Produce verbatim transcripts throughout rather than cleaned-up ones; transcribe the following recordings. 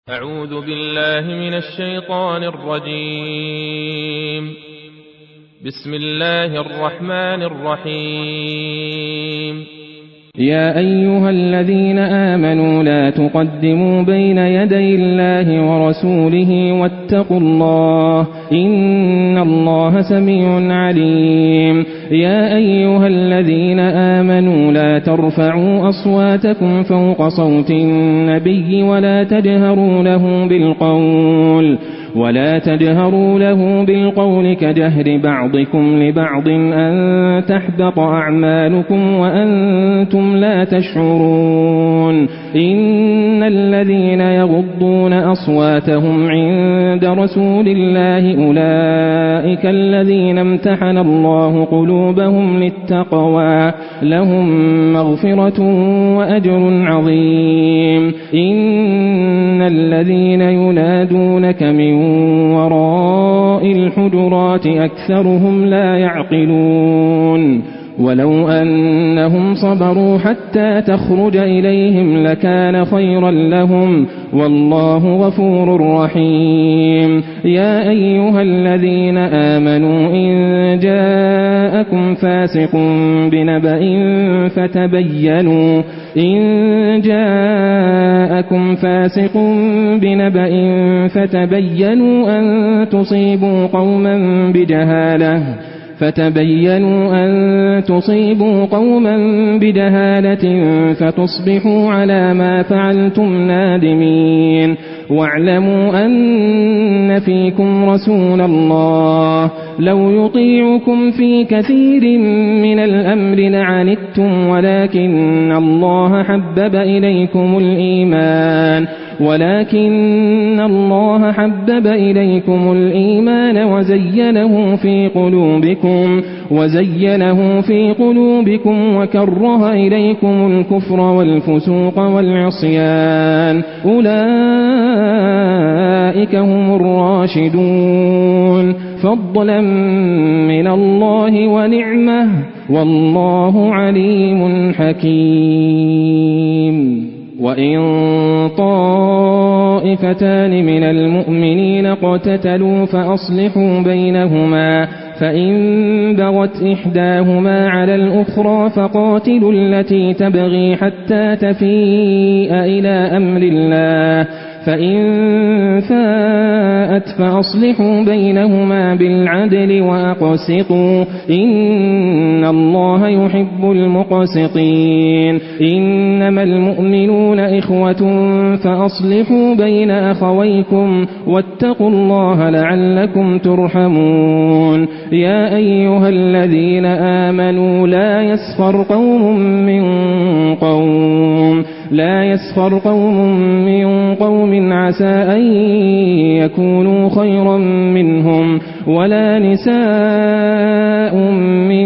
أعوذ بالله من الشيطان الرجيم. بسم الله الرحمن الرحيم. يا أيها الذين آمنوا لا تقدموا بين يدي الله ورسوله واتقوا الله إن الله سميع عليم. يا أيها الذين آمنوا لا ترفعوا أصواتكم فوق صوت النبي ولا تجهروا له بالقول ولا تجهروا له بالقول كجهر بعضكم لبعض أن تحبط أعمالكم وأنتم لا تشعرون. إن الذين يغضون أصواتهم عند رسول الله أولئك الذين امتحن الله قلوبهم للتقوى لهم مغفرة وأجر عظيم. إن الذين ينادونك من وراء الحجرات أكثرهم لا يعقلون. ولو أنهم صبروا حتى تخرج إليهم لكان خيرا لهم والله غفور رحيم. يا أيها الذين آمنوا إن جاءكم فاسق بنبأ فتبينوا إن جاءكم فاسق بنبأ فتبينوا أن تصيبوا قوما بجهالة فتبينوا أن تصيبوا قوما بجهالة فتصبحوا على ما فعلتم نادمين. واعلموا أن فيكم رسول الله لو يطيعكم في كثير من الأمر لعنتم ولكن الله حبب إليكم الإيمان ولكن الله حبب إليكم الإيمان وزينه في قلوبكم وزينه في قلوبكم وكره إليكم الكفر والفسوق والعصيان أولئك هم الراشدون فضلا من الله ونعمه والله عليم حكيم. وإن طائفتان من المؤمنين اقتتلوا فأصلحوا بينهما فإن بغت إحداهما على الأخرى فقاتلوا التي تبغي حتى تفيء إلى أمر الله فإن فاءت فأصلحوا بينهما بالعدل وأقسطوا إن الله يحب المقسطين. إنما المؤمنون إخوة فأصلحوا بين أخويكم واتقوا الله لعلكم ترحمون. يا أيها الذين آمنوا لا يسخر قوم من قوم لا يسخر قوم من قوم عسى أن يكونوا خيرا منهم ولا نساء من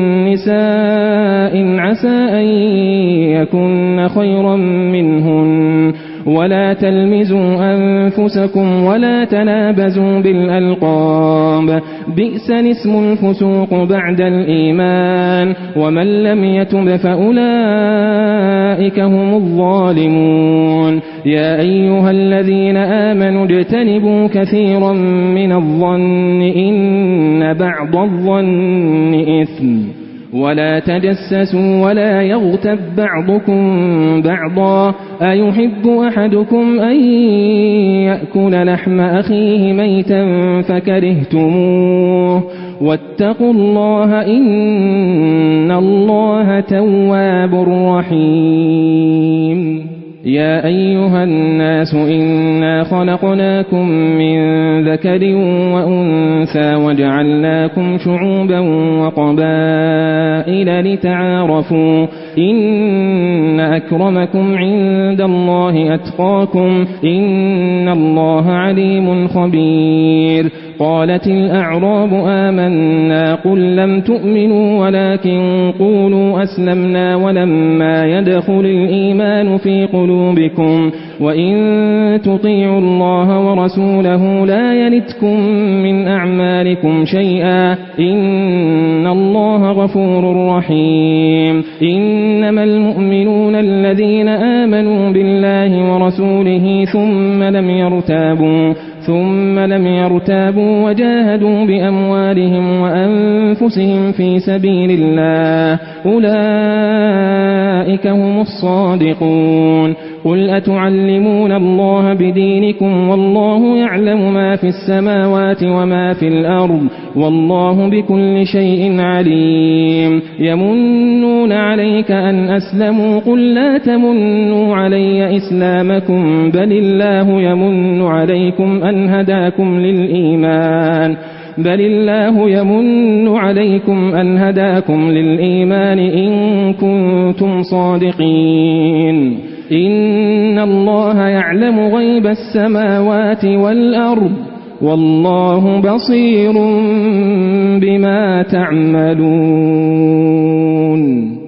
نساء عسى أن يكون خيرا منهن ولا تلمزوا أنفسكم ولا تنابزوا بالألقاب بئس الاسم الفسوق بعد الإيمان ومن لم يتب فأولئك هم الظالمون. يا أيها الذين آمنوا اجتنبوا كثيرا من الظن إن بعض الظن إثم ولا تجسسوا ولا يغتب بعضكم بعضا أيحب أحدكم أن يأكل لحم أخيه ميتا فكرهتموه واتقوا الله إن الله تواب رحيم. يا أيها الناس إنا خلقناكم من ذكر وأنثى وجعلناكم شعوبا وقبائل لتعارفوا إن أكرمكم عند الله أتقاكم إن الله عليم خبير. قالت الأعراب آمنا قل لم تؤمنوا ولكن قولوا أسلمنا ولما يدخل الإيمان في قلوبكم وإن تطيعوا الله ورسوله لا يلتكم من أعمالكم شيئا إن الله غفور رحيم إنما المؤمنون الذين آمنوا بالله ورسوله ثم لم يرتابوا ثم لم يرتابوا وجاهدوا بأموالهم وأنفسهم في سبيل الله أولئك هم الصادقون قل أتعلمون الله بدينكم والله يعلم ما في السماوات وما في الأرض والله بكل شيء عليم يمنون عليك أن أسلموا قل لا تمنوا علي إسلامكم بل الله يمن عليكم أن هداكم للإيمان بل الله يمن عليكم أن هداكم للإيمان إن كنتم صادقين إن الله يعلم غيب السماوات والأرض والله بصير بما تعملون.